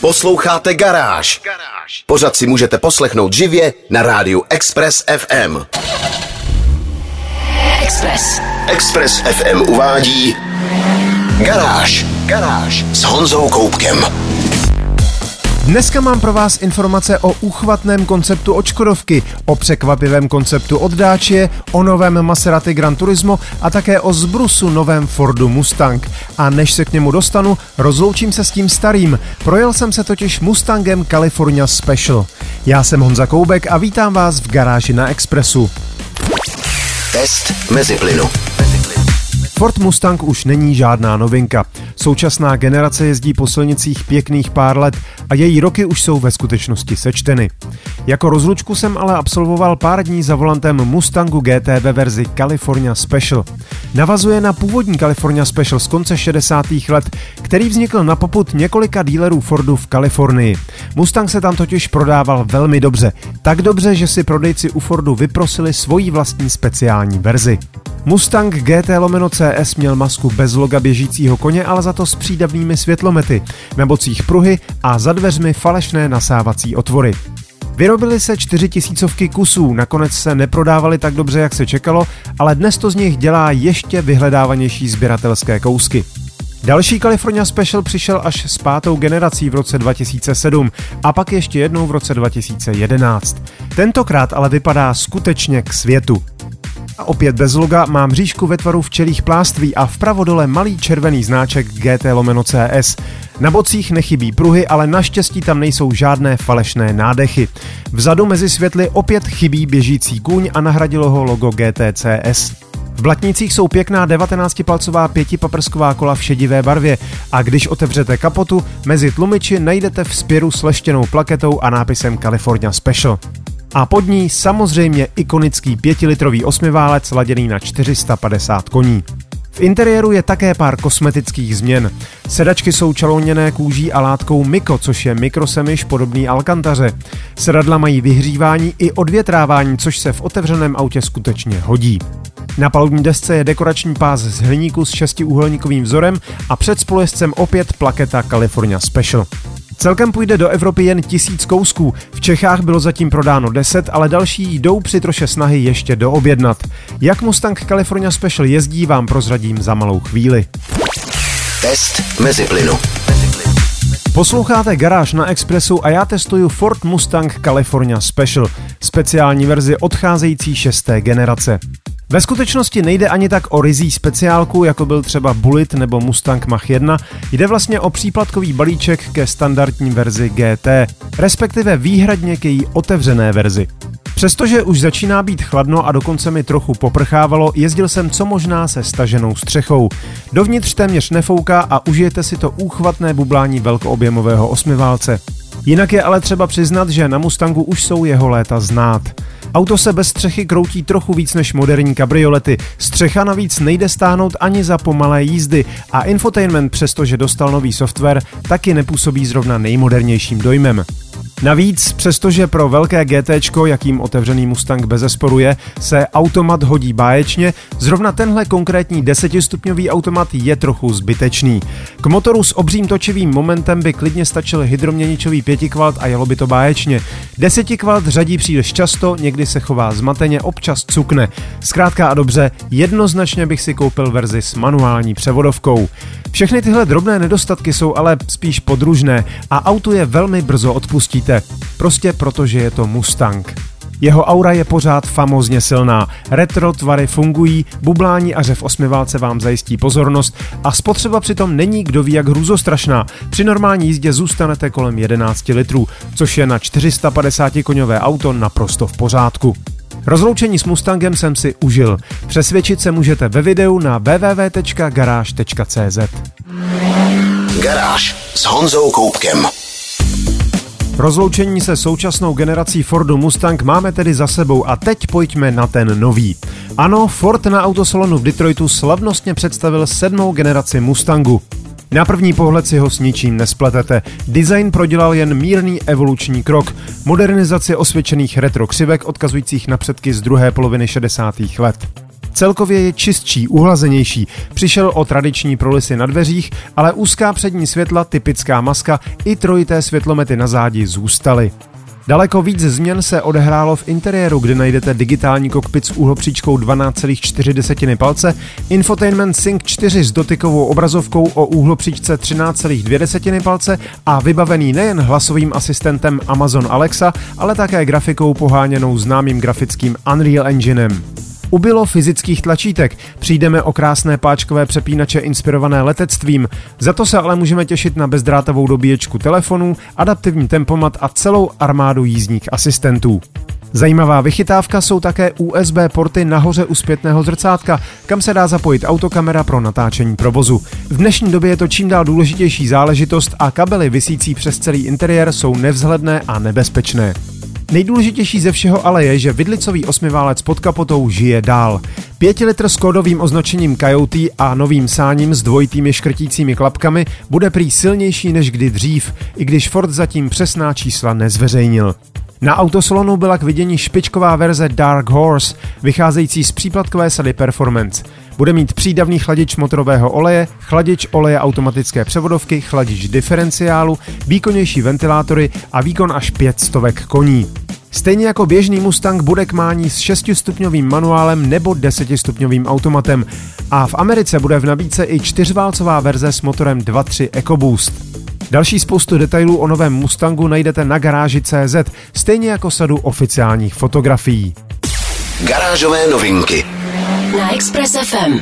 Posloucháte Garáž. Pořad si můžete poslechnout živě na rádiu Express FM. Express FM uvádí Garáž s Honzou Koubkem. Dneska mám pro vás informace o úchvatném konceptu od Škodovky, o překvapivém konceptu od Dacia, o novém Maserati Gran Turismo a také o zbrusu novém Fordu Mustang. A než se k němu dostanu, rozloučím se s tím starým. Projel jsem se totiž Mustangem California Special. Já jsem Honza Koubek a vítám vás v Garáži na Expressu. Test meziplynu. Ford Mustang už není žádná novinka. Současná generace jezdí po silnicích pěkných pár let a její roky už jsou ve skutečnosti sečteny. Jako rozlučku jsem ale absolvoval pár dní za volantem Mustangu GT ve verzi California Special. Navazuje na původní California Special z konce 60. let, který vznikl na popud několika dílerů Fordu v Kalifornii. Mustang se tam totiž prodával velmi dobře. Tak dobře, že si prodejci u Fordu vyprosili svoji vlastní speciální verzi. Mustang GT/CS měl masku bez loga běžícího koně, ale za to s přídavnými světlomety, na bocích pruhy a za dveřmi falešné nasávací otvory. Vyrobily se 4000 kusů, nakonec se neprodávaly tak dobře, jak se čekalo, ale dnes to z nich dělá ještě vyhledávanější sběratelské kousky. Další California Special přišel až s 5. generací v roce 2007 a pak ještě jednou v roce 2011. Tentokrát ale vypadá skutečně k světu. A opět bez loga, má mřížku ve tvaru včelích pláství a vpravo dole malý červený znáček GT/CS. Na bocích nechybí pruhy, ale naštěstí tam nejsou žádné falešné nádechy. Vzadu mezi světly opět chybí běžící kůň a nahradilo ho logo GTCS. V blatnících jsou pěkná 19-palcová 5paprsková kola v šedivé barvě a když otevřete kapotu, mezi tlumiči najdete vzpěru s leštěnou plaketou a nápisem California Special. A pod ní samozřejmě ikonický 5-litrový osmiválec laděný na 450 koní. V interiéru je také pár kosmetických změn. Sedačky jsou čalouněné kůží a látkou Miko, což je mikrosemiš podobný Alcantaře. Sedadla mají vyhřívání i odvětrávání, což se v otevřeném autě skutečně hodí. Na palubní desce je dekorační pás z hliníku s 6úhelníkovým vzorem a před spolujezdcem opět plaketa California Special. Celkem půjde do Evropy jen 1000 kousků, v Čechách bylo zatím prodáno 10, ale další jdou při troše snahy ještě doobjednat. Jak Mustang California Special jezdí, vám prozradím za malou chvíli. Test meziplynu. Posloucháte Garáž na Expressu a já testuju Ford Mustang California Special, speciální verzi odcházející 6. generace. Ve skutečnosti nejde ani tak o ryzí speciálku, jako byl třeba Bullitt nebo Mustang Mach-1, jde vlastně o příplatkový balíček ke standardní verzi GT, respektive výhradně k její otevřené verzi. Přestože už začíná být chladno a dokonce mi trochu poprchávalo, jezdil jsem co možná se staženou střechou. Dovnitř téměř nefouká a užijete si to úchvatné bublání velkoobjemového osmiválce. Jinak je ale třeba přiznat, že na Mustangu už jsou jeho léta znát. Auto se bez střechy kroutí trochu víc než moderní kabriolety, střecha navíc nejde stáhnout ani za pomalé jízdy a infotainment, přestože dostal nový software, taky nepůsobí zrovna nejmodernějším dojmem. Navíc, přestože pro velké GTčko, jakým otevřený Mustang bezesporu je, se automat hodí báječně, zrovna tenhle konkrétní 10stupňový automat je trochu zbytečný. K motoru s obřím točivým momentem by klidně stačil hydroměničový 5 a jelo by to báječně. 10 řadí příliš často, někdy se chová zmateně, občas cukne. Zkrátka a dobře, jednoznačně bych si koupil verzi s manuální převodovkou. Všechny tyhle drobné nedostatky jsou ale spíš podružné a autu je velmi brzo odpustíte. Prostě protože je to Mustang. Jeho aura je pořád famózně silná, retro tvary fungují, bublání a řev osmiválce vám zajistí pozornost a spotřeba přitom není kdo ví jak hrůzostrašná. Při normální jízdě zůstanete kolem 11 litrů, což je na 450-koňové auto naprosto v pořádku. Rozloučení s Mustangem jsem si užil. Přesvědčit se můžete ve videu na www.garage.cz. Garáž s Honzou Koubkem. Rozloučení se současnou generací Fordu Mustang máme tedy za sebou a teď pojďme na ten nový. Ano, Ford na autosalonu v Detroitu slavnostně představil 7. generaci Mustangu. Na první pohled si ho s ničím nespletete. Design prodělal jen mírný evoluční krok. Modernizace osvědčených retro křivek odkazujících na předky z druhé poloviny 60. let. Celkově je čistší, uhlazenější. Přišel o tradiční prolisy na dveřích, ale úzká přední světla, typická maska i trojité světlomety na zádi zůstaly. Daleko víc změn se odehrálo v interiéru, kde najdete digitální kokpit s úhlopříčkou 12,4 palce, Infotainment Sync 4 s dotykovou obrazovkou o úhlopříčce 13,2 palce a vybavený nejen hlasovým asistentem Amazon Alexa, ale také grafikou poháněnou známým grafickým Unreal Enginem. Ubylo fyzických tlačítek, přijdeme o krásné páčkové přepínače inspirované letectvím, za to se ale můžeme těšit na bezdrátovou dobíječku telefonů, adaptivní tempomat a celou armádu jízdních asistentů. Zajímavá vychytávka jsou také USB porty nahoře u zpětného zrcátka, kam se dá zapojit autokamera pro natáčení provozu. V dnešní době je to čím dál důležitější záležitost a kabely visící přes celý interiér jsou nevzhledné a nebezpečné. Nejdůležitější ze všeho ale je, že vidlicový osmiválec pod kapotou žije dál. 5 litr s kódovým označením Coyote a novým sáním s dvojitými škrtícími klapkami bude prý silnější než kdy dřív, i když Ford zatím přesná čísla nezveřejnil. Na autosalonu byla k vidění špičková verze Dark Horse, vycházející z příplatkové sady Performance. Bude mít přídavný chladič motorového oleje, chladič oleje automatické převodovky, chladič diferenciálu, výkonnější ventilátory a výkon až 500 koní. Stejně jako běžný Mustang bude k mání s 6stupňovým manuálem nebo 10stupňovým automatem a v Americe bude v nabídce i 4válcová verze s motorem 2.3 EcoBoost. Další spoustu detailů o novém Mustangu najdete na garáži.cz, stejně jako sadu oficiálních fotografií. Garážové novinky na Express FM.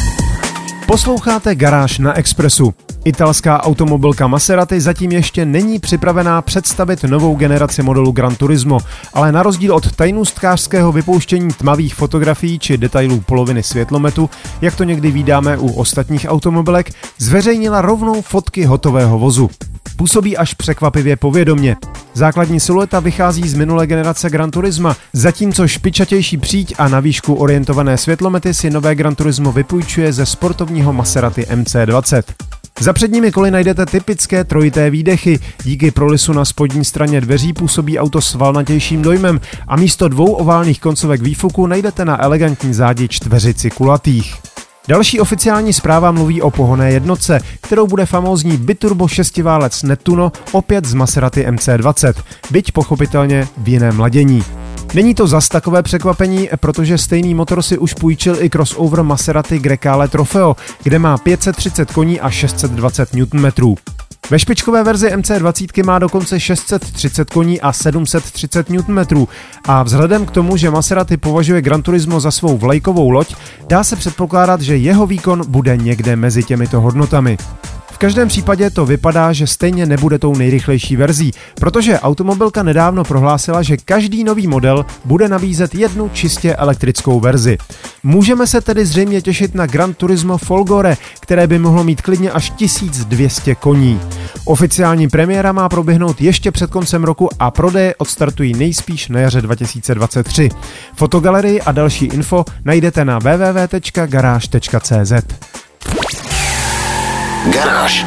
Posloucháte Garáž na Expressu. Italská automobilka Maserati zatím ještě není připravená představit novou generaci modelu Gran Turismo, ale na rozdíl od tajnůstkářského vypouštění tmavých fotografií či detailů poloviny světlometu, jak to někdy vídáme u ostatních automobilek, zveřejnila rovnou fotky hotového vozu. Působí až překvapivě povědomně. Základní silueta vychází z minulé generace Gran Turisma, zatímco špičatější příď a na výšku orientované světlomety si nové Gran Turismo vypůjčuje ze sportovního Maserati MC20. Za předními koly najdete typické trojité výdechy, díky prolisu na spodní straně dveří působí auto s valnatějším dojmem a místo 2 oválných koncovek výfuku najdete na elegantní zádi čtveřici kulatých. Další oficiální zpráva mluví o pohonné jednotce, kterou bude famózní biturbo 6válec Nettuno opět z Maserati MC20, byť pochopitelně v jiném ladění. Není to zas takové překvapení, protože stejný motor si už půjčil i crossover Maserati Grecale Trofeo, kde má 530 koní a 620 Nm. Ve špičkové verzi MC20 má dokonce 630 koní a 730 Nm a vzhledem k tomu, že Maserati považuje Gran Turismo za svou vlajkovou loď, dá se předpokládat, že jeho výkon bude někde mezi těmito hodnotami. V každém případě to vypadá, že stejně nebude tou nejrychlejší verzí, protože automobilka nedávno prohlásila, že každý nový model bude nabízet jednu čistě elektrickou verzi. Můžeme se tedy zřejmě těšit na Gran Turismo Folgore, které by mohlo mít klidně až 1200 koní. Oficiální premiéra má proběhnout ještě před koncem roku a prodeje odstartují nejspíš na jaře 2023. Fotogalerii a další info najdete na www.garage.cz. Garáž.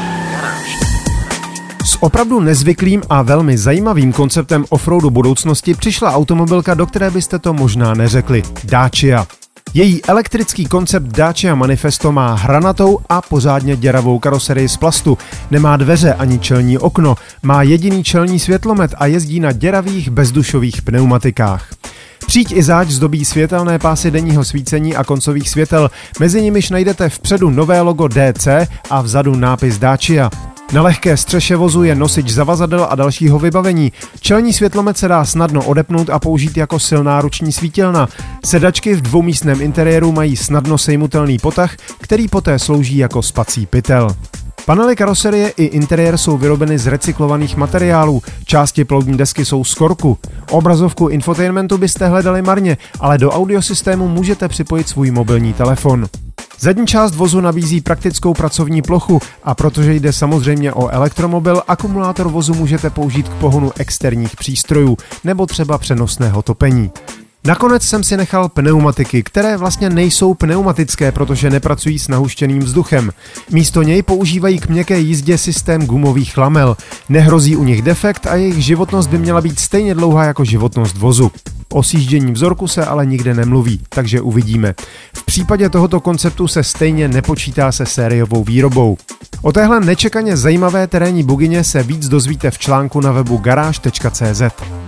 S opravdu nezvyklým a velmi zajímavým konceptem offroadu budoucnosti přišla automobilka, do které byste to možná neřekli. Dacia. Její elektrický koncept Dacia Manifesto má hranatou a pořádně děravou karoserii z plastu, nemá dveře ani čelní okno, má jediný čelní světlomet a jezdí na děravých bezdušových pneumatikách. Příď i záď zdobí světelné pásy denního svícení a koncových světel, mezi nimiž najdete vpředu nové logo DC a vzadu nápis Dacia. Na lehké střeše vozu je nosič zavazadel a dalšího vybavení. Čelní světlomet se dá snadno odepnout a použít jako silná ruční svítilna. Sedačky v dvoumístném interiéru mají snadno sejmutelný potah, který poté slouží jako spací pytel. Panely karoserie i interiér jsou vyrobeny z recyklovaných materiálů, části palubní desky jsou z korku. Obrazovku infotainmentu byste hledali marně, ale do audiosystému můžete připojit svůj mobilní telefon. Zadní část vozu nabízí praktickou pracovní plochu a protože jde samozřejmě o elektromobil, akumulátor vozu můžete použít k pohonu externích přístrojů nebo třeba přenosného topení. Nakonec jsem si nechal pneumatiky, které vlastně nejsou pneumatické, protože nepracují s nahuštěným vzduchem. Místo něj používají k měkké jízdě systém gumových lamel. Nehrozí u nich defekt a jejich životnost by měla být stejně dlouhá jako životnost vozu. O sjíždění vzorku se ale nikde nemluví, takže uvidíme. V případě tohoto konceptu se stejně nepočítá se sériovou výrobou. O téhle nečekaně zajímavé terénní bugině se víc dozvíte v článku na webu garáž.cz.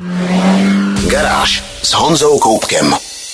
Garáž s Honzou Koupkem.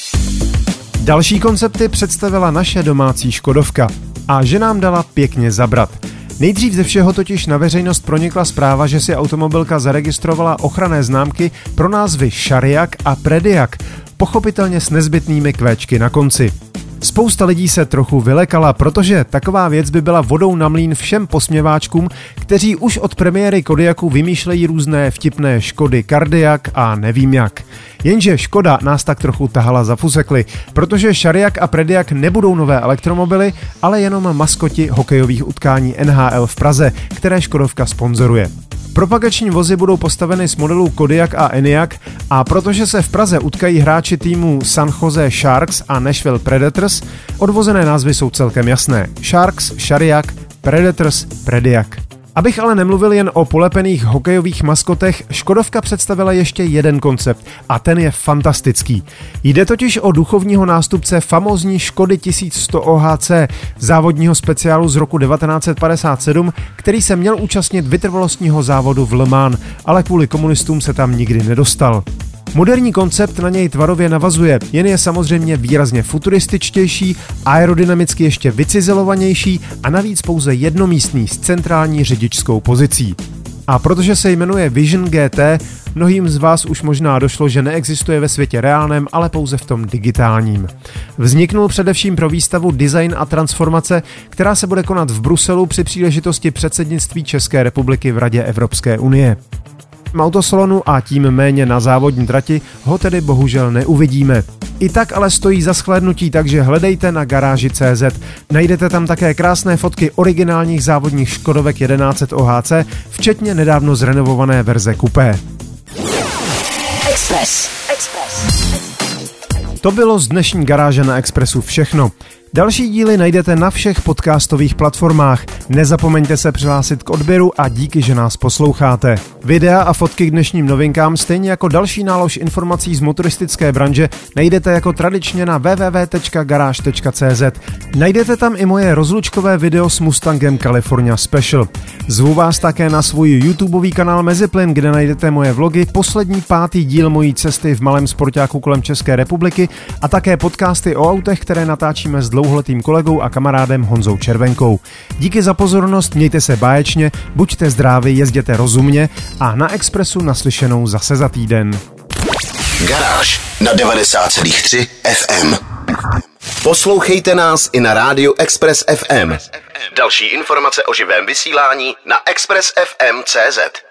Další koncepty představila naše domácí Škodovka. A že nám dala pěkně zabrat. Nejdřív ze všeho totiž na veřejnost pronikla zpráva, že si automobilka zaregistrovala ochranné známky pro názvy Šariak a Prediak, pochopitelně s nezbytnými kvéčky na konci. Spousta lidí se trochu vylekala, protože taková věc by byla vodou na mlýn všem posměváčkům, kteří už od premiéry Kodiaku vymýšlejí různé vtipné Škody Kardiak a nevím jak. Jenže Škoda nás tak trochu tahala za fusekly, protože Šariak a Prediak nebudou nové elektromobily, ale jenom maskoti hokejových utkání NHL v Praze, které Škodovka sponzoruje. Propagační vozy budou postaveny z modelů Kodiaq a Enyaq a protože se v Praze utkají hráči týmu San Jose Sharks a Nashville Predators, odvozené názvy jsou celkem jasné. Sharks, Šariak, Predators, Prediaq. Abych ale nemluvil jen o polepených hokejových maskotech, Škodovka představila ještě jeden koncept a ten je fantastický. Jde totiž o duchovního nástupce famózní Škody 1100 OHC, závodního speciálu z roku 1957, který se měl účastnit vytrvalostního závodu v Le Mans, ale kvůli komunistům se tam nikdy nedostal. Moderní koncept na něj tvarově navazuje, jen je samozřejmě výrazně futurističtější, aerodynamicky ještě vycizelovanější a navíc pouze jednomístný s centrální řidičskou pozicí. A protože se jmenuje Vision GT, mnohým z vás už možná došlo, že neexistuje ve světě reálném, ale pouze v tom digitálním. Vzniknul především pro výstavu Design a transformace, která se bude konat v Bruselu při příležitosti předsednictví České republiky v Radě Evropské unie. V autosalonu a tím méně na závodní trati ho tedy bohužel neuvidíme. I tak ale stojí za shlédnutí, takže hledejte na garáži.cz. Najdete tam také krásné fotky originálních závodních Škodovek 1100 OHC, včetně nedávno zrenovované verze Coupé. Express. To bylo z dnešní garáže na Expressu všechno. Další díly najdete na všech podcastových platformách. Nezapomeňte se přihlásit k odběru a díky, že nás posloucháte. Videa a fotky k dnešním novinkám, stejně jako další nálož informací z motoristické branže, najdete jako tradičně na www.garage.cz. Najdete tam i moje rozlučkové video s Mustangem California Special. Zvu vás také na svůj YouTubeový kanál Meziplyn, kde najdete moje vlogy, poslední 5. díl mojí cesty v malém sportáku kolem České republiky a také podcasty o autech, které natáčíme s dlouholetým kolegou a kamarádem Honzou Červenkou. Díky za pozornost, mějte se báječně, buďte zdraví, jezděte rozumně a na Expressu naslyšenou zase za týden. Garáž na 90,3 FM. Poslouchejte nás i na rádiu Express FM. Další informace o živém vysílání na expressfm.cz.